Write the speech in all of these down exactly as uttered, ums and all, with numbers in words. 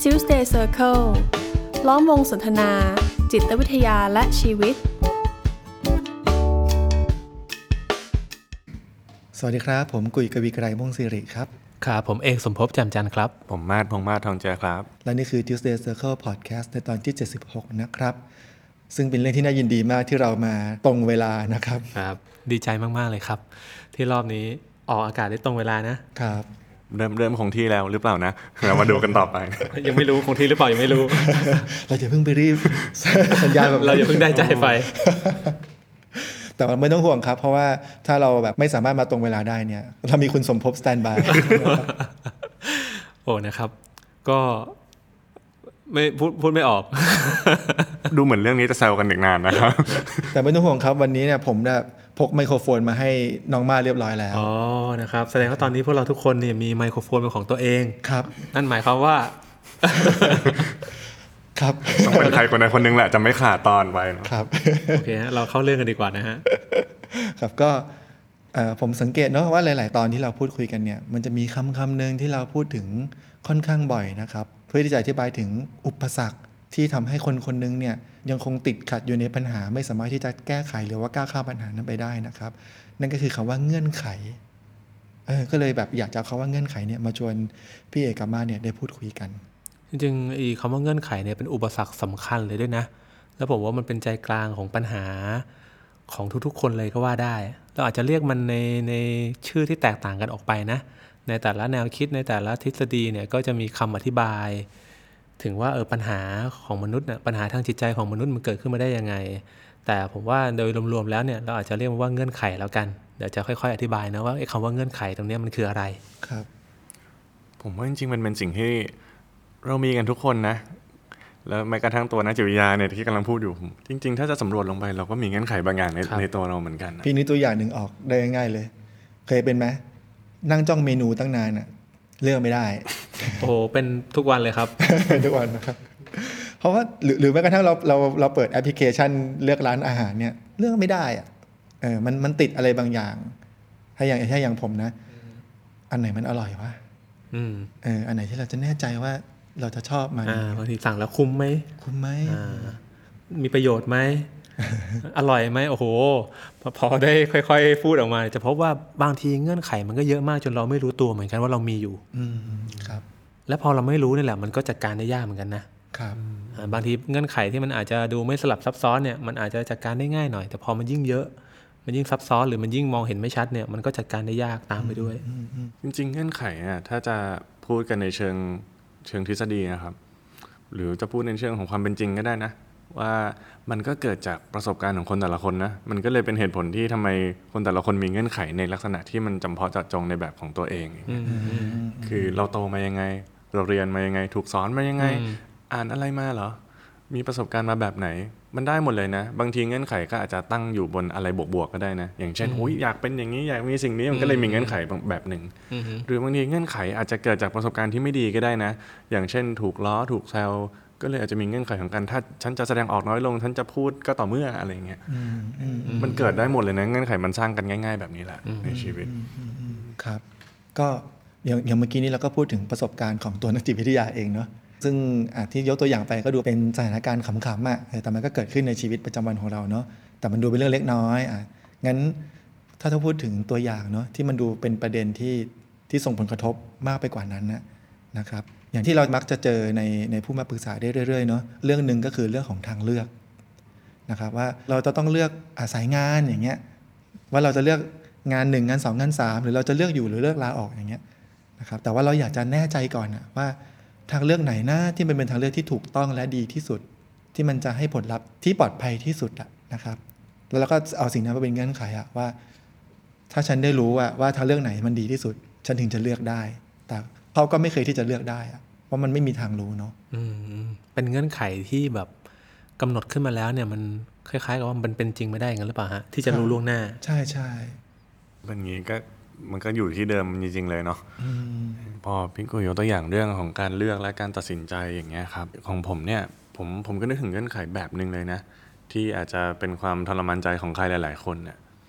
Tuesday Circle ล้อมวงสนทนาจิตวิทยาและชีวิตสวัสดีครับผมกุยกวีไกรม่วงศิริครับครับผมเอกสมภพแจ่มจันทร์ครับผมมาศพงษ์มาศทองแจครับและนี่คือ Tuesday Circle Podcast ในตอนที่เจ็ดสิบหกนะครับซึ่งเป็นเรื่องที่น่ายินดีมากที่เรามาตรงเวลานะครับครับดีใจมากๆเลยครับที่รอบนี้ออกอากาศได้ตรงเวลานะครับเริ่มเริ่มคงที่แล้วหรือเปล่านะเรามาดูกันต่อไปยังไม่รู้คงที่หรือเปล่ายังไม่รู้เราอย่าเพิ่งไปรีบสัญญาณแบบเราอย่าเพิ่งได้ใจไฟแต่ไม่ต้องห่วงครับเพราะว่าถ้าเราแบบไม่สามารถมาตรงเวลาได้เนี่ยเรามีคุณสมภพสแตนบายโอ้นะครับก็ไม่พูดพูดไม่ออกดูเหมือนเรื่องนี้จะแซวกันอีกนานนะครับแต่ไม่ต้องห่วงครับวันนี้เนี่ยผมได้พกไมโครโฟนมาให้น้องมาเรียบร้อยแล้วอ๋อนะครับแสดงว่าตอนนี้พวกเราทุกคนเนี่ยมีไมโครโฟนเป็นของตัวเองครับนั่นหมายความว่าครับต้องเป็นใครคนใดคนหนึ่งแหละจะไม่ขาดตอนไปเนาะครับโอเคฮะเราเข้าเรื่องกันดีกว่านะฮะครับก็ผมสังเกตเนาะว่าหลายๆตอนที่เราพูดคุยกันเนี่ยมันจะมีคำคำหนึ่งที่เราพูดถึงค่อนข้างบ่อยนะครับเพื่อที่จะอธิบายถึงอุปสรรคที่ทำให้คนคนนึงเนี่ยยังคงติดขัดอยู่ในปัญหาไม่สามารถที่จะแก้ไขหรือว่าก้าวข้ามปัญหานั้นไปได้นะครับนั่นก็คือคำว่าเงื่อนไขเออก็เลยแบบอยากจะเอาคำว่าเงื่อนไขเนี่ยมาชวนพี่เอกกับมาเนี่ยได้พูดคุยกันจริงๆไอ้คำว่าเงื่อนไขเนี่ยเป็นอุปสรรคสำคัญเลยด้วยนะแล้วผมว่ามันเป็นใจกลางของปัญหาของทุกๆคนเลยก็ว่าได้เราอาจจะเรียกมันในในชื่อที่แตกต่างกันออกไปนะในแต่ละแนวคิดในแต่ละทฤษฎีเนี่ยก็จะมีคำอธิบายถึงว่าเออปัญหาของมนุษย์น่ะปัญหาทางจิตใจของมนุษย์มันเกิดขึ้นมาได้ยังไงแต่ผมว่าโดยรวมๆแล้วเนี่ยเราอาจจะเรียกว่าเงื่อนไขแล้วกันเดี๋ยวจะค่อยๆอธิบายนะว่าไอ้คำว่าเงื่อนไขตรงนี้มันคืออะไรครับผมว่าจริงๆมันเป็นสิ่งที่เรามีกันทุกคนนะแล้วแม้กระทั่งตัวนักจิตวิทยาเนี่ยที่กำลังพูดอยู่จริงๆถ้าจะสำรวจลงไปเราก็มีเงื่อนไขบางอย่างในในตัวเราเหมือนกันพี่นึกตัวอย่างหนึ่งออกได้ง่ายๆเลยเคยเป็นไหมนั่งจ้องเมนูตั้งนานอ่ะเลือกไม่ได้โอ้โหเป็นทุกวันเลยครับทุกวันนะครับเพราะว่าหรือหรือแม้กระทั่งเราเราเราเปิดแอปพลิเคชันเลือกร้านอาหารเนี่ยเลือกไม่ได้อ่ะเออมันมันติดอะไรบางอย่างถ้าอย่างถ้าอย่างผมนะอันไหนมันอร่อยวะอืมเอออันไหนที่เราจะแน่ใจว่าเราจะชอบมันอ่าบางทีสั่งแล้วคุ้มไหมคุ้มไหมอ่ามีประโยชน์ไหม อร่อยไหมโอ้โหพอได้ค่อยๆพูดออกมาจะพบว่าบางทีเงื่อนไขมันก็เยอะมากจนเราไม่รู้ตัวเหมือนกันว่าเรามีอยู่อืมครับและพอเราไม่รู้นี่แหละมันก็จัดการได้ยากเหมือนกันนะครับบางทีเงื่อนไขที่มันอาจจะดูไม่สลับซับซ้อนเนี่ยมันอาจจะจัดการได้ง่ายหน่อยแต่พอมันยิ่งเยอะมันยิ่งซับซ้อนหรือมันยิ่งมองเห็นไม่ชัดเนี่ยมันก็จัดการได้ยากตามไปด้วยจริงๆเงื่อนไขอ่ะถ้าจะพูดกันในเชิงเชิงทฤษฎีนะครับหรือจะพูดในเชิงของความเป็นจริงก็ได้นะว่ามันก็เกิดจากประสบการณ์ของคนแต่ละคนนะมันก็เลยเป็นเหตุผลที่ทำไมคนแต่ละคนมีเงื่อนไขในลักษณะที่มันจำเพาะเจาะจงในแบบของตัวเองคือเราโตมายังไงเราเรียนมายังไงถูกสอนมายังไงอ่านอะไรมาเหรอมีประสบการณ์มาแบบไหนมันได้หมดเลยนะบางทีเงื่อนไขก็อาจจะตั้งอยู่บนอะไรบวกๆ ก็ได้นะอย่างเช่นโอ้ยอยากเป็นอย่างนี้อยากมีสิ่งนี้มันก็เลยมีเงื่อนไขแบบหนึ่งหรือบางทีเงื่อนไขอาจจะเกิดจากประสบการณ์ที่ไม่ดีก็ได้นะอย่างเช่นถูกล้อถูกแซวก็เลยอาจจะมีเงื่อนไขของการถ้าฉันจะแสดงออกน้อยลงฉันจะพูดก็ต่อเมื่ออะไรเงี้ยมันเกิดได้หมดเลยนะเงื่อนไขมันสร้างกันง่ายๆแบบนี้แหละในชีวิตครับก็อย่างอย่างเมื่อกี้นี้เราก็พูดถึงประสบการณ์ของตัวนักจิตวิทยาเองเนาะซึ่งที่ยกตัวอย่างไปก็ดูเป็นสถานการณ์ขำๆอ่ะแต่มันก็เกิดขึ้นในชีวิตประจำวันของเราเนาะแต่มันดูเป็นเรื่องเล็กน้อยอ่ะงั้นถ้าถ้าพูดถึงตัวอย่างเนาะที่มันดูเป็นประเด็นที่ที่ส่งผลกระทบมากไปกว่านั้นนะนะครับอย่างที่เรามักจะเจอในในผู้มาปรึกษาได้เรื่อยๆเนาะเรื่องนึงก็คือเรื่องของทางเลือกนะครับว่าเราจะต้องเลือกสายงานอย่างเงี้ยว่าเราจะเลือกงานหนึ่งงานสองงานสามหรือเราจะเลือกอยู่หรือเลือกลาออกอย่างเงี้ยนะครับแต่ว่าเราอยากจะแน่ใจก่อนนะว่าทางเลือกไหนนะที่มันเป็นทางเลือกที่ถูกต้องและดีที่สุดที่มันจะให้ผลลัพธ์ที่ปลอดภัยที่สุดอะนะครับแล้วเราก็เอาสิ่งนั้นมาเป็นเงื่อนไขอะว่าถ้าฉันได้รู้ว่าว่าทางเลือกไหนมันดีที่สุดฉันถึงจะเลือกได้แต่เขาก็ไม่เคยที่จะเลือกได้อะเพราะมันไม่มีทางรู้เนาะอืมเป็นเงื่อนไขที่แบบกำหนดขึ้นมาแล้วเนี่ยมันคล้ายๆกับว่ามันเป็นจริงไม่ได้งั้นหรือเปล่าฮะที่จะรู้ล่วงหน้าใช่ใช่เป็นงี้ก็มันก็อยู่ที่เดิมจริงๆเลยเนาะพอพี่กุยยกตัวอย่างเรื่องของการเลือกและการตัดสินใจอย่างเงี้ยครับของผมเนี่ยผมผมก็นึกถึงเงื่อนไขแบบนึงเลยนะที่อาจจะเป็นความทรมานใจของใครหลายๆคนเนี่ย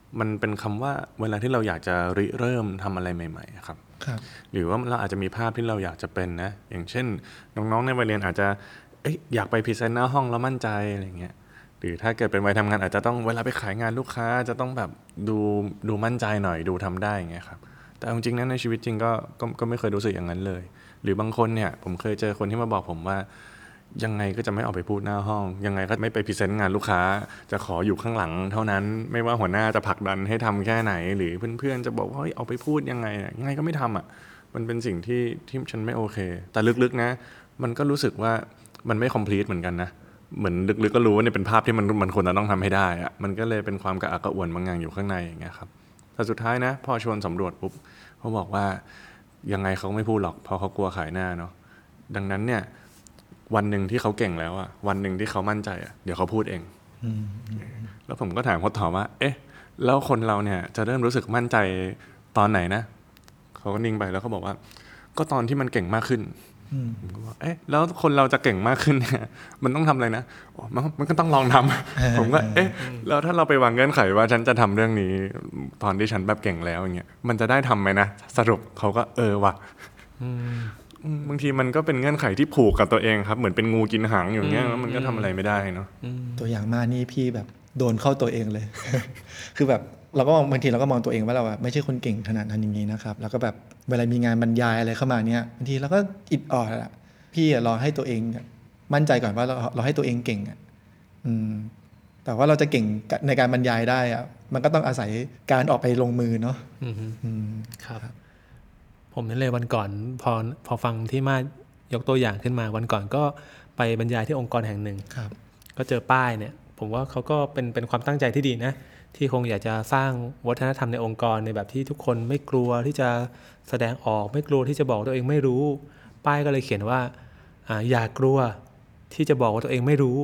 มันเป็นคำว่าเวลาที่เราอยากจะริเริ่มทำอะไรใหม่ๆครับครับหรือว่าเราอาจจะมีภาพที่เราอยากจะเป็นนะอย่างเช่นน้องๆในวัยเรียนอาจจะเอ๊ะอยากไปพรีเซนต์หน้าห้องแล้วมั่นใจอะไรเงี้ยหรือถ้าเกิดเป็นวัยทำงานอาจจะต้องเวลาไปขายงานลูกค้าจะต้องแบบดูดูมั่นใจหน่อยดูทำได้อย่างเงี้ยครับแต่จริงๆนะในชีวิตจริงก็ก็ก็ไม่เคยรู้สึกอย่างนั้นเลยหรือบางคนเนี่ยผมเคยเจอคนที่มาบอกผมว่ายังไงก็จะไม่ออกไปพูดหน้าห้องยังไงก็ไม่ไปพรีเซนต์งานลูกค้าจะขออยู่ข้างหลังเท่านั้นไม่ว่าหัวหน้าจะผลักดันให้ทำแค่ไหนหรือเพื่อนๆจะบอกว่าเฮ้ยเอาไปพูดยังไงยังไงก็ไม่ทำอ่ะมันเป็นสิ่งที่ที่ฉันไม่โอเคแต่ลึกๆนะมันก็รู้สึกว่ามันไม่ complete เหมือนกันนะเหมือนลึกๆก็รู้ว่านี่เป็นภาพที่มันมันควรจะต้องทำให้ได้อะมันก็เลยเป็นความกระอักกระอ่วนบางอย่างอยู่ข้างในอย่างเงี้ยครับแต่สุดท้ายนะพอชวนสำรวจปุ๊บเขาบอกว่ายังไงเขาไม่พูดหรอกเพราะเขากลัวขายหน้าเนาะดังนั้นเนี่ยวันหนึ่งที่เขาเก่งแล้วอะวันหนึ่งที่เขามั่นใจอะเดี๋ยวเขาพูดเองแล้วผมก็ถามเขาต่อว่าเอ๊ะแล้วคนเราเนี่ยจะเริ่มรู้สึกมั่นใจตอนไหนนะเขาก็นิ่งไปแล้วเขาบอกว่าก็ตอนที่มันเก่งมากขึ้นผมก็บอกเอ๊ะแล้วคนเราจะเก่งมากขึ้นเนี่ยมันต้องทำอะไรนะมันมันก็ต้องลองทำ ผมก็เอ๊ะแล้วถ้าเราไปวางเงื่อนไขว่าฉันจะทำเรื่องนี้ตอนที่ฉันแบบเก่งแล้วอย่างเงี้ยมันจะได้ทำไหมนะสรุปเขาก็เออว่ะบางทีมันก็เป็นเงื่อนไขที่ผูกกับตัวเองครับเหมือนเป็นงูกินหางอย่างเงี้ยแล้วมันก็ทำอะไรไม่ได้เนาะตัวอย่างมานี่พี่แบบโดนเข้าตัวเองเลย คือแบบเราก็มองบางทีเราก็มองตัวเองว่าเราแบบไม่ใช่คนเก่งขนาดนั้นอย่างนี้นะครับแล้วก็แบบเวลามีงานบรรยายอะไรเข้ามาเนี่ยบางทีเราก็อิดออดอะพี่รอให้ตัวเองมั่นใจก่อนว่าเราเราให้ตัวเองเก่งอ่ะอืมแต่ว่าเราจะเก่งในการบรรยายได้อ่ะมันก็ต้องอาศัยการออกไปลงมือเนาะอืมครับผมนั่นเลยวันก่อนพอพอฟังที่มายกตัวอย่างขึ้นมาวันก่อนก็ไปบรรยายที่องค์กรแห่งหนึ่งก็เจอป้ายเนี่ยผมว่าเขาก็เป็นเป็นความตั้งใจที่ดีนะที่คงอยากจะสร้างวัฒนธรรมในองค์กรในแบบที่ทุกคนไม่กลัวที่จะแสดงออกไม่กลัวที่จะบอกตัวเองไม่รู้ป้ายก็เลยเขียนว่าอ่าอย่ากลัวที่จะบอกว่าตัวเองไม่รู้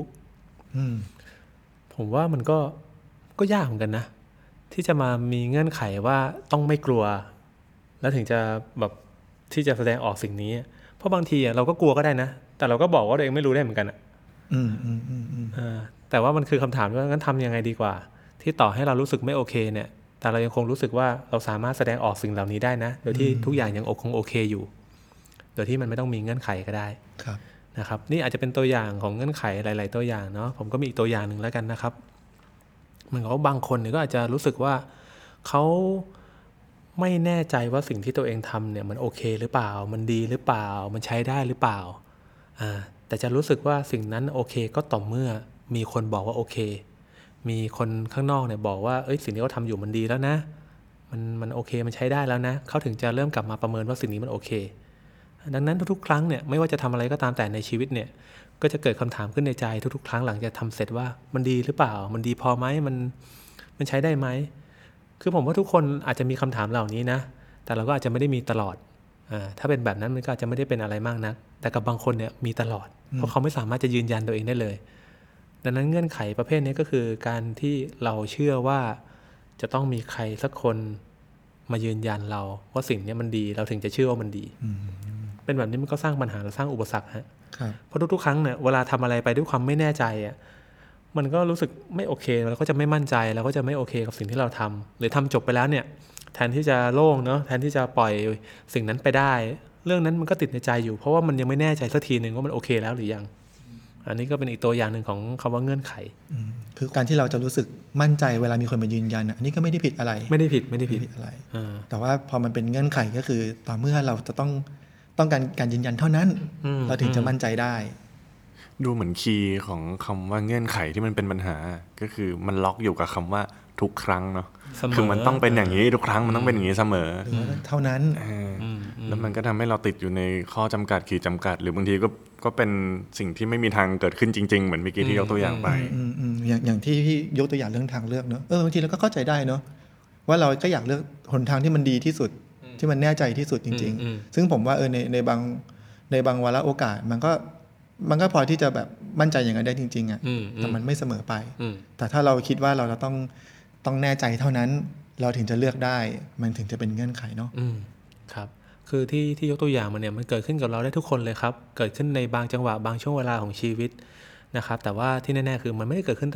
ผมว่ามันก็ก็ยากเหมือนกันนะที่จะมามีเงื่อนไขว่าต้องไม่กลัวแล้วถึงจะแบบที่จะแสดงออกสิ่งนี้เพราะบางทีเราก็กลัวก็ได้นะแต่เราก็บอกว่าตัวเองไม่รู้ได้เหมือนกันอ่ะอืมอืมอืมอืมแต่ว่ามันคือคำถามว่างั้นทำยังไงดีกว่าที่ต่อให้เรารู้สึกไม่โอเคเนี่ยแต่เรายังคงรู้สึกว่าเราสามารถแสดงออกสิ่งเหล่านี้ได้นะโดยที่ทุกอย่างยังคงโอเคอยู่โดยที่มันไม่ต้องมีเงื่อนไขก็ได้นะครับนี่อาจจะเป็นตัวอย่างของเงื่อนไขหลายๆตัวอย่างเนาะผมก็มีอีกตัวอย่างหนึ่งแล้วกันนะครับเหมือนกับบางคนเนี่ยก็อาจจะรู้สึกว่าเขาไม่แน่ใจว่าสิ่งที่ตัวเองทำเนี่ยมันโอเคหรือเปล่ามันดีหรือเปล่ามันใช้ได้หรือเปล่าอ่าแต่จะรู้สึกว่าสิ่งนั้นโอเคก็ต่อเมื่อมีคนบอกว่าโอเคมีคนข้างนอกเนี่ยบอกว่าเอ้ยสิ่งที่เขาทำอยู่มันดีแล้วนะมันมันโอเคมันใช้ได้แล้วนะเขาถึงจะเริ่มกลับมาประเมินว่าสิ่งนี้มันโอเคดังนั้นทุกๆครั้งเนี่ยไม่ว่าจะทำอะไรก็ตามแต่ในชีวิตเนี่ยก็จะเกิดคำถามขึ้นในใจทุกๆครั้งหลังจากทำเสร็จว่ามันดีหรือเปล่ามันดีพอไหมมันมันใช้ได้ไหมคือผมว่าทุกคนอาจจะมีคำถามเหล่านี้นะแต่เราก็อาจจะไม่ได้มีตลอดอ่าถ้าเป็นแบบนั้นมันก็อาจจะไม่ได้เป็นอะไรมากนักแต่กับบางคนเนี่ยมีตลอดเพราะเขาไม่สามารถจะยืนยันตัวเองได้เลยดังนั้นเงื่อนไขประเภทนี้ก็คือการที่เราเชื่อว่าจะต้องมีใครสักคนมายืนยันเราว่าสิ่งนี้มันดีเราถึงจะเชื่อว่ามันดีเป็นแบบนี้มันก็สร้างปัญหาและสร้างอุปสรรคฮะเพราะทุกๆครั้งเนี่ยเวลาทำอะไรไปด้วยความไม่แน่ใจอ่ะมันก็รู้สึกไม่โอเคเราก็จะไม่มั่นใจเราก็จะไม่โอเคกับสิ่งที่เราทำหรือทำจบไปแล้วเนี่ยแทนที่จะโล่งเนาะแทนที่จะปล่อยสิ่งนั้นไปได้เรื่องนั้นมันก็ติดในใจอยู่เพราะว่ามันยังไม่แน่ใจสักทีนึงว่ามันโอเคแล้วหรือยังอันนี้ก็เป็นอีกตัวอย่างหนึ่งของคำว่าเงื่อนไขคือการที่เราจะรู้สึกมั่นใจเวลามีคนมายืนยันอันนี้ก็ไม่ได้ผิดอะไรไม่ได้ผิดไม่ได้ผิดอะไรแต่ว่าพอมันเป็นเงื่อนไขก็คือต่อเมื่อเราจะต้องต้องการการยืนยันเท่านั้นเราถึงจะมั่นใจได้ดูเหมือนคีย์ของคำว่าเงื่อนไขที่มันเป็นปัญหาก็คือมันล็อกอยู่กับคำว่าทุกครั้งเนาะคือมันต้องเป็นอย่างนี้ทุกครั้งมันต้องเป็นอย่างนี้เสมอเท่านั้นแล้วมันก็ทำให้เราติดอยู่ในข้อจำกัดขีดจำกัดหรือบางทีก็ก็เป็นสิ่งที่ไม่มีทางเกิดขึ้นจริงๆเหมือนเมื่อกี้ที่ยกตัวอย่างไปอย่างอย่างที่พี่ยกตัวอย่างเรื่องทางเลือกเนาะเออบางทีเราก็เข้าใจได้เนาะว่าเราก็อยากเลือกหนทางที่มันดีที่สุดที่มันแน่ใจที่สุดจริงๆซึ่งผมว่าเออในในบางในบางวาระโอกาสมันก็มันก็พอที่จะแบบมั่นใจอย่างนั้นได้จริงๆอ่ะแต่มันไม่เสมอไปแต่ถ้าเราคิดว่าเราเราต้องต้องแน่ใจเท่านั้นเราถึงจะเลือกได้มันถึงจะเป็นเงื่อนไขเนาะครับคือที่ที่ยกตัวอย่างมาเนี่ยมันเกิดขึ้นกับเราได้ทุกคนเลยครับเกิดขึ้นในบางจังหวะบางช่วงเวลาของชีวิตนะครับแต่ว่าที่แน่ๆคือมันไม่ได้เกิดขึ้นตลอด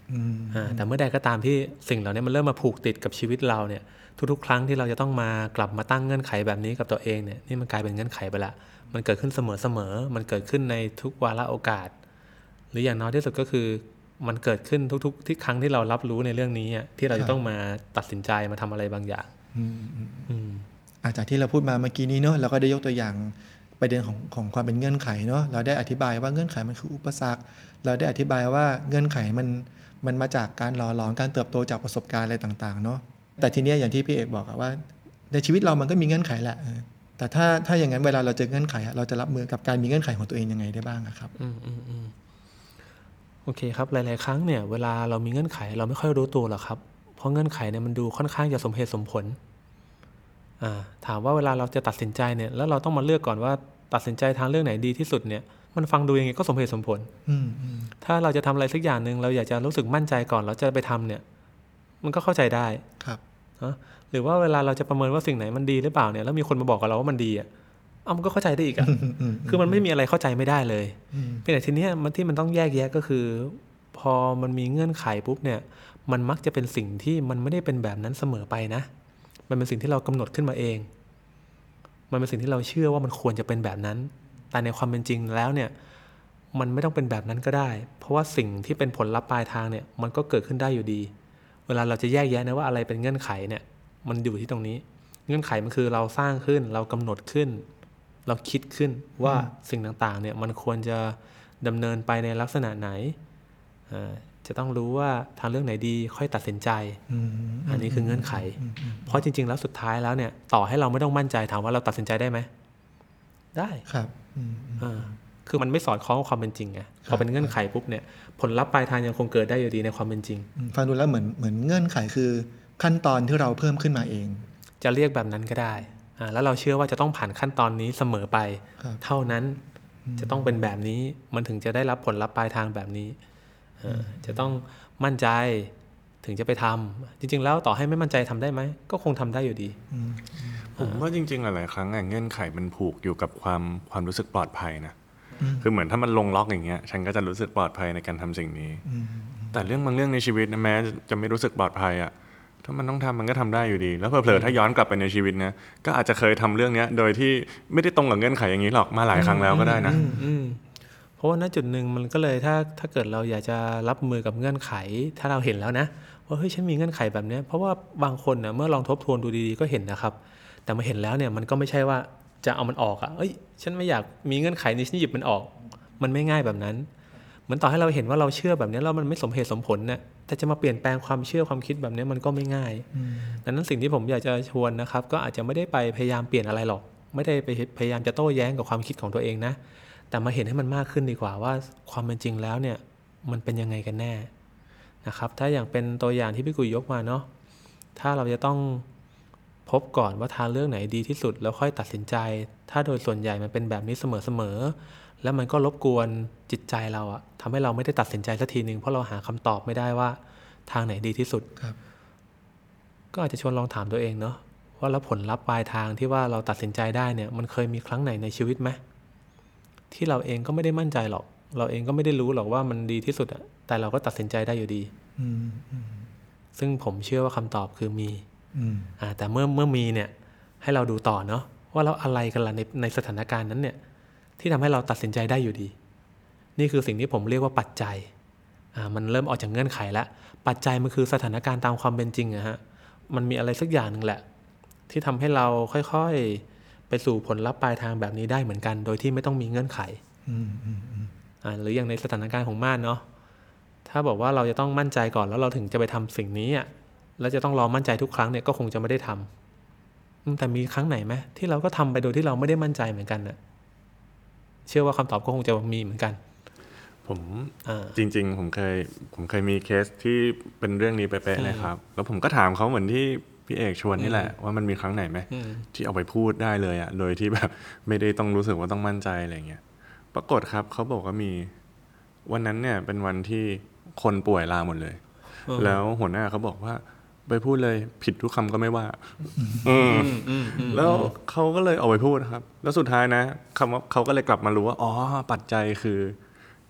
อ่าแต่เมื่อใดก็ตามที่สิ่งเหล่านี้มันเริ่มมาผูกติดกับชีวิตเราเนี่ยทุกๆครั้งที่เราจะต้องมากลับมาตั้งเงื่อนไขแบบนี้กับตัวเองเนี่ยนี่มันกลายเป็นเงื่อนไขไปละมันเกิดขึ้นเสมอๆมันเกิดขึ้นในทุกวาระโอกาสหรืออย่างน้อยที่สุดก็คือมันเกิดขึ้นทุกๆที่ครั้งที่เรารับรู้ในเรื่องนี้ที่เราจะต้องมาตัดสินใจมาทำอะไรบางอย่างอาจากที่เราพูดมาเมื่อกี้นี้เนาะเราก็ได้ยกตัวอย่างประเด็นของของความเป็นเงื่อนไขเนาะเราได้อธิบายว่าเงื่อนไขมันคืออุปสรรคเราได้อธิบายว่าเงื่อนไขมันมันมาจากการหล่อหลอมการเติบโตจากประสบการณ์อะไรต่างๆเนาะแต่ทีเนี้ยอย่างที่พี่เอกบอกว่าในชีวิตเรามันก็มีเงื่อนไขแหละแต่ถ้าถ้าอย่างนั้นเวลาเราเจอเงื่อนไขเราจะรับมือกับการมีเงื่อนไขของตัวเองยังไงได้บ้างครับอืมอืมอืมโอเคครับหลายๆครั้งเนี่ยเวลาเรามีเงื่อนไขเราไม่ค่อยรู้ตัวหรอกครับเพราะเงื่อนไขเนี่ยมันดูค่อนข้างจะสมเหตุสมผลอ่าถามว่าเวลาเราจะตัดสินใจเนี่ยแล้วเราต้องมาเลือกก่อนว่าตัดสินใจทางเรื่องไหนดีที่สุดเนี่ยมันฟังดูยังไงก็สมเหตุสมผลถ้าเราจะทำอะไรสักอย่างนึงเราอยากจะรู้สึกมั่นใจก่อนเราจะไปทำเนี่ยมันก็เข้าใจได้ครับหรือว่าเวลาเราจะประเมินว่าสิ่งไหนมันดีหรือเปล่าเนี่ยแล้วมีคนมาบอกกับเราว่ามันดีอ่ะอ้ามันก็เข้าใจได้อีกอ่ะคือมันไม่มีอะไรเข้าใจไม่ได้เลยเพียงแต่ทีเนี้ยมันที่มันต้องแยกแยะก็คือพอมันมีเงื่อนไขปุ๊บเนี่ยมันมักจะเป็นสิ่งที่มันไม่ได้เป็นแบบนั้นเสมอไปนะมันเป็นสิ่งที่เรากำหนดขึ้นมาเองมันเป็นสิ่งที่เราเชื่อว่ามันควรจะเป็นแบบนั้นแต่ในความเป็นจริงแล้วเนี่ยมันไม่ต้องเป็นแบบนั้นก็ได้เพราะว่าสิ่งที่เป็นผลลัพธ์ปลายทางเนี่ยมันก็เกิดขึ้นได้อยู่ดีเวลาเราจะแยกแยะนะว่าอะไรเป็นเงื่อนไขเนี่ยมันอยู่ที่ตรงนี้เงื่อนไขมันคือเราสร้างขึ้นเรากำหนดขึ้นเราคิดขึ้นว่าสิ่งต่างๆเนี่ยมันควรจะดำเนินไปในลักษณะไหนจะต้องรู้ว่าทางเรื่องไหนดีค่อยตัดสินใจ อ, อันนี้คือเงื่อนไขเพราะจริงๆแล้วสุดท้ายแล้วเนี่ยต่อให้เราไม่ต้องมั่นใจถามว่าเราตัดสินใจได้ไหมได้ครับคือมันไม่สอดคล้องกับความเป็นจริงไงพอเป็นเงื่อนไขปุ๊บเนี่ยผลลัพธ์ปลายทางยังคงเกิดได้อยู่ดีในความเป็นจริงฟังดูแล้วเหมือนเหมือนเงื่อนไขคือขั้นตอนที่เราเพิ่มขึ้นมาเองจะเรียกแบบนั้นก็ได้แล้วเราเชื่อว่าจะต้องผ่านขั้นตอนนี้เสมอไปเท่านั้นจะต้องเป็นแบบนี้มันถึงจะได้รับผลลัพธ์ปลายทางแบบนี้จะต้องมั่นใจถึงจะไปทำจริงๆแล้วต่อให้ไม่มั่นใจทำได้ไหมก็คงทำได้อยู่ดีผมว่าจริงๆหลายๆครั้งเงื่อนไขมันผูกอยู่กับความความรู้สึกปลอดภัยนะคือเหมือนถ้ามันลงล็อกอย่างเงี้ยฉันก็จะรู้สึกปลอดภัยในการทำสิ่งนี้แต่เรื่องบางเรื่องในชีวิตนะแม้จะไม่รู้สึกปลอดภัยอ่ะถ้ามันต้องทำมันก็ทำได้อยู่ดีแล้วเผลอๆถ้าย้อนกลับไปในชีวิตนะก็อาจจะเคยทำเรื่องนี้โดยที่ไม่ได้ตรงกับเงื่อนไขอย่างนี้หรอกมาหลายครั้งแล้วก็ได้นะเพราะว่าณจุดหนึ่งมันก็เลยถ้าถ้าเกิดเราอยากจะรับมือกับเงื่อนไขถ้าเราเห็นแล้วนะว่าเฮ้ยฉันมีเงื่อนไขแบบนี้เพราะว่าบางคนนะเมื่อลองทบทวนดูดีๆก็เห็นนะครับแต่มาเห็นแล้วเนี่ยมันก็ไม่ใช่ว่าจะเอามันออกอ่ะเอ้ยฉันไม่อยากมีเงื่อนไขนี้ฉันหยิบมันออกมันไม่ง่ายแบบนั้นเหมือนต่อให้เราเห็นว่าเราเชื่อแบบนี้แล้วมันไม่สมเหตุสมผลเนี่ยแต่จะมาเปลี่ยนแปลงความเชื่อความคิดแบบนี้มันก็ไม่ง่ายดังนั้นสิ่งที่ผมอยากจะชวนนะครับก็อาจจะไม่ได้ไปพยายามเปลี่ยนอะไรหรอกไม่ได้ไปพยายามจะโต้แย้งกับความคิดของตัวเองนะแต่มาเห็นให้มันมากขึ้นดีกว่าว่าความเป็นจริงแล้วเนี่ยมันเป็นยังไงกันแน่นะครับถ้าอย่างเป็นตัวอย่างที่พี่กุยยกมาเนาะถ้าเราจะต้องพบก่อนว่าทางเรื่องไหนดีที่สุดแล้วค่อยตัดสินใจถ้าโดยส่วนใหญ่มันเป็นแบบนี้เสมอๆแล้วมันก็รบกวนจิตใจเราอะทำให้เราไม่ได้ตัดสินใจสักทีนึงเพราะเราหาคำตอบไม่ได้ว่าทางไหนดีที่สุดก็อาจจะชวนลองถามตัวเองเนาะว่าแล้วผลลัพธ์ปลายทางที่ว่าเราตัดสินใจได้เนี่ยมันเคยมีครั้งไหนในชีวิตไหมที่เราเองก็ไม่ได้มั่นใจหรอกเราเองก็ไม่ได้รู้หรอกว่ามันดีที่สุดอะแต่เราก็ตัดสินใจได้อยู่ดีซึ่งผมเชื่อว่าคำตอบคือมีอ่าแต่เมื่อเมื่อมีเนี่ยให้เราดูต่อเนาะว่าเราอะไรกันล่ะในในสถานการณ์นั้นเนี่ยที่ทำให้เราตัดสินใจได้อยู่ดีนี่คือสิ่งที่ผมเรียกว่าปัจจัยอ่ามันเริ่มออกจากเงื่อนไขแล้วปัจจัยมันคือสถานการณ์ตามความเป็นจริงอะฮะมันมีอะไรสักอย่างนึงแหละที่ทำให้เราค่อยๆไปสู่ผลลัพธ์ปลายทางแบบนี้ได้เหมือนกันโดยที่ไม่ต้องมีเงื่อนไขอ่าหรืออย่างในสถานการณ์ของม่านเนาะถ้าบอกว่าเราจะต้องมั่นใจก่อนแล้วเราถึงจะไปทำสิ่งนี้อ่ะแล้วจะต้องรอมั่นใจทุกครั้งเนี่ยก็คงจะไม่ได้ทำแต่มีครั้งไหนไหมที่เราก็ทำไปโดยที่เราไม่ได้มั่นใจเหมือนกันน่ะเชื่อว่าคำตอบก็คงจะมีเหมือนกันผมจริงๆผมเคยผมเคยมีเคสที่เป็นเรื่องนี้เป๊ะๆเลยครับแล้วผมก็ถามเขาเหมือนที่พี่เอกชวนนี่แหละว่ามันมีครั้งไหนไหมที่เอาไปพูดได้เลยอ่ะโดยที่แบบไม่ได้ต้องรู้สึกว่าต้องมั่นใจอะไรเงี้ยปรากฏครับเขาบอกว่ามีวันนั้นเนี่ยเป็นวันที่คนป่วยลาหมดเลยแล้วหัวหน้าเขาบอกว่าไปพูดเลยผิดทุกคำก็ไม่ว่าแล้วเขาก็เลยเอาไปพูดครับแล้วสุดท้ายนะคำว่าเขาก็เลยกลับมารู้ว่าอ๋อปัจจัยคือ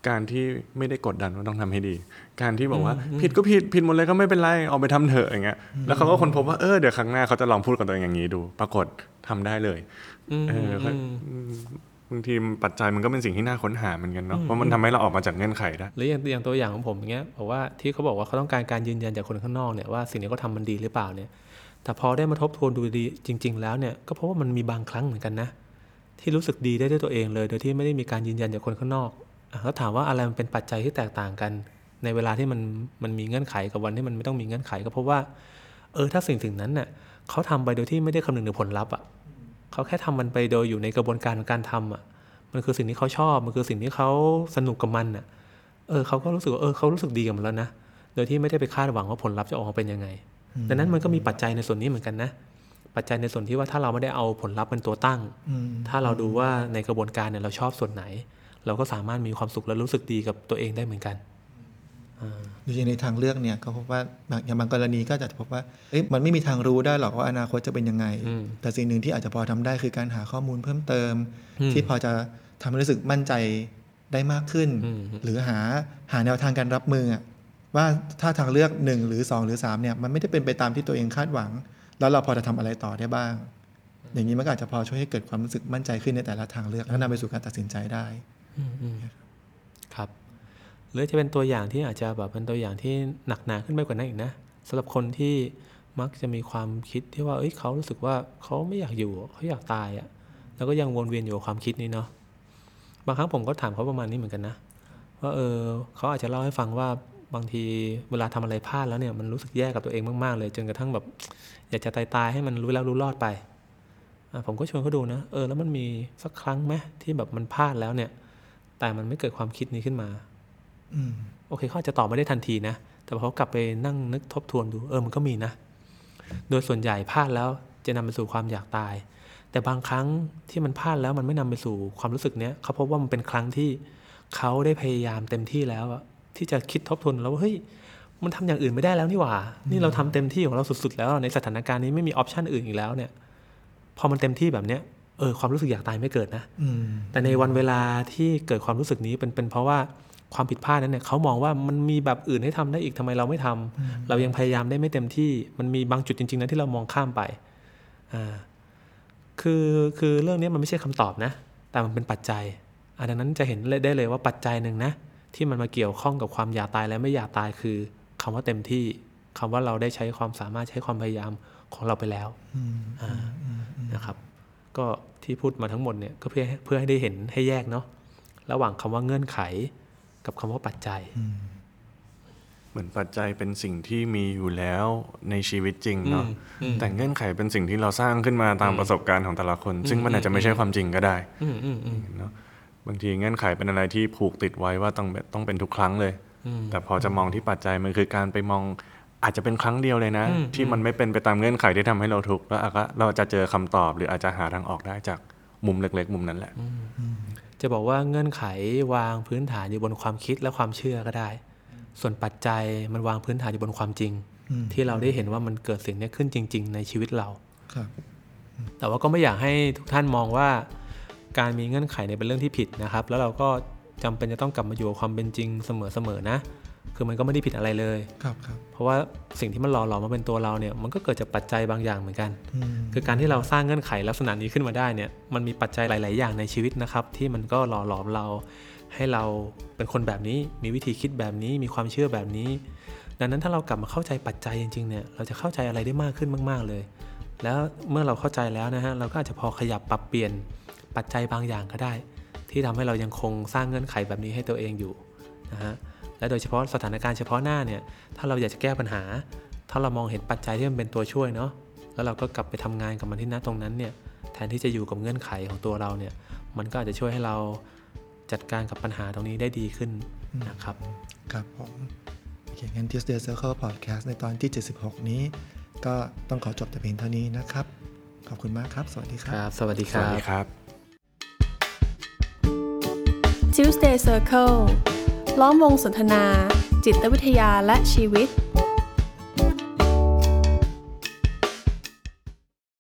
การที่ไม่ได้กดดันว่าต้องทำให้ดีการที่บอกว่าผิดก็ผิดผิดหมดเลยก็ไม่เป็นไรเอาไปทำเถอะอย่างเงี้ยแล้วเขาก็ค้นพบว่าเออเดี๋ยวครั้งหน้าเขาจะลองพูดกับตัวเองอย่างนี้ดูปรากฏทำได้เลยเออบางทีปัจจัยมันก็เป็นสิ่งที่น่าค้นหาเหมือนกันเนาะเพราะมันทำให้เราออกมาจากเงื่อนไขได้หรืออย่างอย่างตัวอย่างของผมอย่างเงี้ยบอกว่าที่เขาบอกว่าเขาต้องการการยืนยันจากคนข้างนอกเนี่ยว่าสิ่งนี้เขาทำมันดีหรือเปล่าเนี่ยแต่พอได้มาทบทวนดูดีจริงๆแล้วเนี่ยก็เพราะว่ามันมีบางครั้งเหมือนกันนะที่รู้สึกดีได้ด้วยตัวเองเลยโดยที่ไม่ได้มีการยืนยันจากคนข้างนอกแล้วถามว่าอะไรมันเป็นปัจจัยที่แตกต่างกันในเวลาที่มันมันมีเงื่อนไขกับวันที่มันไม่ต้องมีเงื่อนไขก็เพราะว่าเออถ้าสิ่งสิ่งนั้นน่ะเขาทำไปโดยที่ไม่ได้คำนึงถึงผลลัพธ์อ่ะเขาแค่ทำมันไปโดยอยู่ในกระบวนการของการทำอ่ะมันคือสิ่งที่เขาชอบมันคือสิ่งที่เขาสนุกกับมันอ่ะเออเขาก็รู้สึกว่าเออเขารู้สึกดีกับมันแล้วนะโดยที่ไม่ได้ไปคาดหวังว่าผลลัพธ์จะออกมาเป็นยังไงดังนั้นมันก็มีปัจจัยในส่วนนี้เหมือนกันนะปัจจัยในส่วนที่ว่าถ้าเราไม่ได้เอาผลลัพธ์เป็นตัวตั้งถ้าเราดูว่าในกระบวนการเนี่ยเราชอบส่วนไหนเราก็สามารถมีความสุขและรู้สึกดีกับตัวเองได้เหมือนกันดูในทางเลือกเนี่ยก็พบว่าอย่างบางกรณีก็จะพบว่าเอ๊ะมันไม่มีทางรู้ได้หรอกว่าอนาคตจะเป็นยังไงแต่สิ่งหนึ่งที่อาจจะพอทำได้คือการหาข้อมูลเพิ่มเติมที่พอจะทำให้รู้สึกมั่นใจได้มากขึ้นหรือหาหาแนวทางการรับมือว่าถ้าทางเลือกหนึ่งหรือสองหรือสามเนี่ยมันไม่ได้เป็นไปตามที่ตัวเองคาดหวังแล้วเราพอจะทำอะไรต่อได้บ้างอย่างนี้มันก็อาจจะพอช่วยให้เกิดความรู้สึกมั่นใจขึ้นในแต่ละทางเลือกแล้วนำไปสู่การตัดสินใจได้ครับหรือจะเป็นตัวอย่างที่อาจจะแบบเป็นตัวอย่างที่หนักหนาขึ้นไปกว่านั้นอีกนะสำหรับคนที่มักจะมีความคิดที่ว่าเอ้ยเขารู้สึกว่าเขาไม่อยากอยู่เขาอยากตายอ่ะแล้วก็ยังวนเวียนอยู่กับความคิดนี้เนาะบางครั้งผมก็ถามเขาประมาณนี้เหมือนกันนะว่าเออเขาอาจจะเล่าให้ฟังว่าบางทีเวลาทำอะไรพลาดแล้วเนี่ยมันรู้สึกแย่กับตัวเองมากๆเลยจนกระทั่งแบบอยากจะตายตายให้มันรู้แล้วรู้รอดไปผมก็ชวนเขาดูนะเออแล้วมันมีสักครั้งไหมที่แบบมันพลาดแล้วเนี่ยแต่มันไม่เกิดความคิดนี้ขึ้นมาโอเคเขาจะตอบไม่ได้ทันทีนะแต่พอเขากลับไปนั่งนึกทบทวนดูเออมันก็มีนะโดยส่วนใหญ่พลาดแล้วจะนำไปสู่ความอยากตายแต่บางครั้งที่มันพลาดแล้วมันไม่นำไปสู่ความรู้สึกเนี้ยเขาพบว่ามันเป็นครั้งที่เขาได้พยายามเต็มที่แล้วที่จะคิดทบทวนแล้วว่าเฮ้ยมันทำอย่างอื่นไม่ได้แล้วนี่หว่านี่เราทำเต็มที่ของเราสุดๆแล้วในสถานการณ์นี้ไม่มีออปชันอื่นอีกแล้วเนี่ยพอมันเต็มที่แบบเนี้ยเออความรู้สึกอยากตายไม่เกิดนะแต่ในวันเวลาที่เกิดความรู้สึกนี้เป็นเป็นเพราะว่าความผิดพลาดนั้นเนี่ยเขามองว่ามันมีแบบอื่นให้ทำได้อีกทำไมเราไม่ทำเรายังพยายามได้ไม่เต็มที่มันมีบางจุดจริงๆนะที่เรามองข้ามไปอ่าคือคือเรื่องนี้มันไม่ใช่คำตอบนะแต่มันเป็นปัจจัยดังนั้นจะเห็นได้เลยว่าปัจจัยหนึ่งนะที่มันมาเกี่ยวข้องกับความอยากตายและไม่อยากตายคือคำว่าเต็มที่คำว่าเราได้ใช้ความสามารถใช้ความพยายามของเราไปแล้วนะครับก็ที่พูดมาทั้งหมดเนี่ยก็เพื่อเพื่อให้ได้เห็นให้แยกเนาะระหว่างคำว่าเงื่อนไขกับคำว่าปัจจัยเหมือนปัจจัยเป็นสิ่งที่มีอยู่แล้วในชีวิตจริงเนาะแต่เงื่อนไขเป็นสิ่งที่เราสร้างขึ้นมาตามประสบการณ์ของแต่ละคนซึ่งมันอาจจะไม่ใช่ความจริงก็ได้เนาะบางทีเงื่อนไขเป็นอะไรที่ผูกติดไว้ว่าต้องต้องเป็นทุกครั้งเลยแต่พอจะมองที่ปัจจัยมันคือการไปมองอาจจะเป็นครั้งเดียวเลยนะที่มันไม่เป็นไปตามเงื่อนไขที่ทำให้เราทุกข์แล้วเราจะเจอคำตอบหรืออาจจะหาทางออกได้จากมุมเล็กๆมุมนั้นแหละจะบอกว่าเงื่อนไขวางพื้นฐานอยู่บนความคิดและความเชื่อก็ได้ส่วนปัจจัยมันวางพื้นฐานอยู่บนความจริงที่เราได้เห็นว่ามันเกิดสิ่งนี้ขึ้นจริงๆในชีวิตเราแต่ว่าก็ไม่อยากให้ทุกท่านมองว่าการมีเงื่อนไขเนี่ยเป็นเรื่องที่ผิดนะครับแล้วเราก็จำเป็นจะต้องกลับมาอยู่กับความเป็นจริงเสมอๆนะคือมันก็ไม่ได้ผิดอะไรเลยครับครับเพราะว่าสิ่งที่มันหล่อหลอมมาเป็นตัวเราเนี่ยมันก็เกิดจากปัจจัยบางอย่างเหมือนกันคือการที่เราสร้างเงื่อนไขลักษณะนี้ขึ้นมาได้เนี่ยมันมีปัจจัยหลายๆอย่างในชีวิตนะครับที่มันก็หล่อหลอมเราให้เราเป็นคนแบบนี้มีวิธีคิดแบบนี้มีความเชื่อแบบนี้ดังนั้นถ้าเรากลับมาเข้าใจปัจจัยจริงๆเนี่ยเราจะเข้าใจอะไรได้มากขึ้นมากๆเลยแล้วเมื่อเราเข้าใจแล้วนะฮะเราก็อาจจะพอขยับปรับเปลี่ยนปัจจัยบางอย่างก็ได้ที่ทำให้เรายังคงสร้างเงื่อนไขแบบนี้ให้ตัวเองอยู่นะฮะและโดยเฉพาะสถานการณ์เฉพาะหน้าเนี่ยถ้าเราอยากจะแก้ปัญหาถ้าเรามองเห็นปัจจัยที่มันเป็นตัวช่วยเนาะแล้วเราก็กลับไปทำงานกับมันที่ณตรงนั้นเนี่ยแทนที่จะอยู่กับเงื่อนไขของตัวเราเนี่ยมันก็อาจจะช่วยให้เราจัดการกับปัญหาตรงนี้ได้ดีขึ้นนะครับครับผมโอเคงั้น Tuesday Circle Podcast ในตอนที่เจ็ดสิบหกนี้ก็ต้องขอจบแต่เพียงเท่านี้นะครับขอบคุณมากครับสวัสดีครับสวัสดีครับสวัสดีครับ Tuesday Circle ล้อมวงสนทนาจิตวิทยาและชีวิต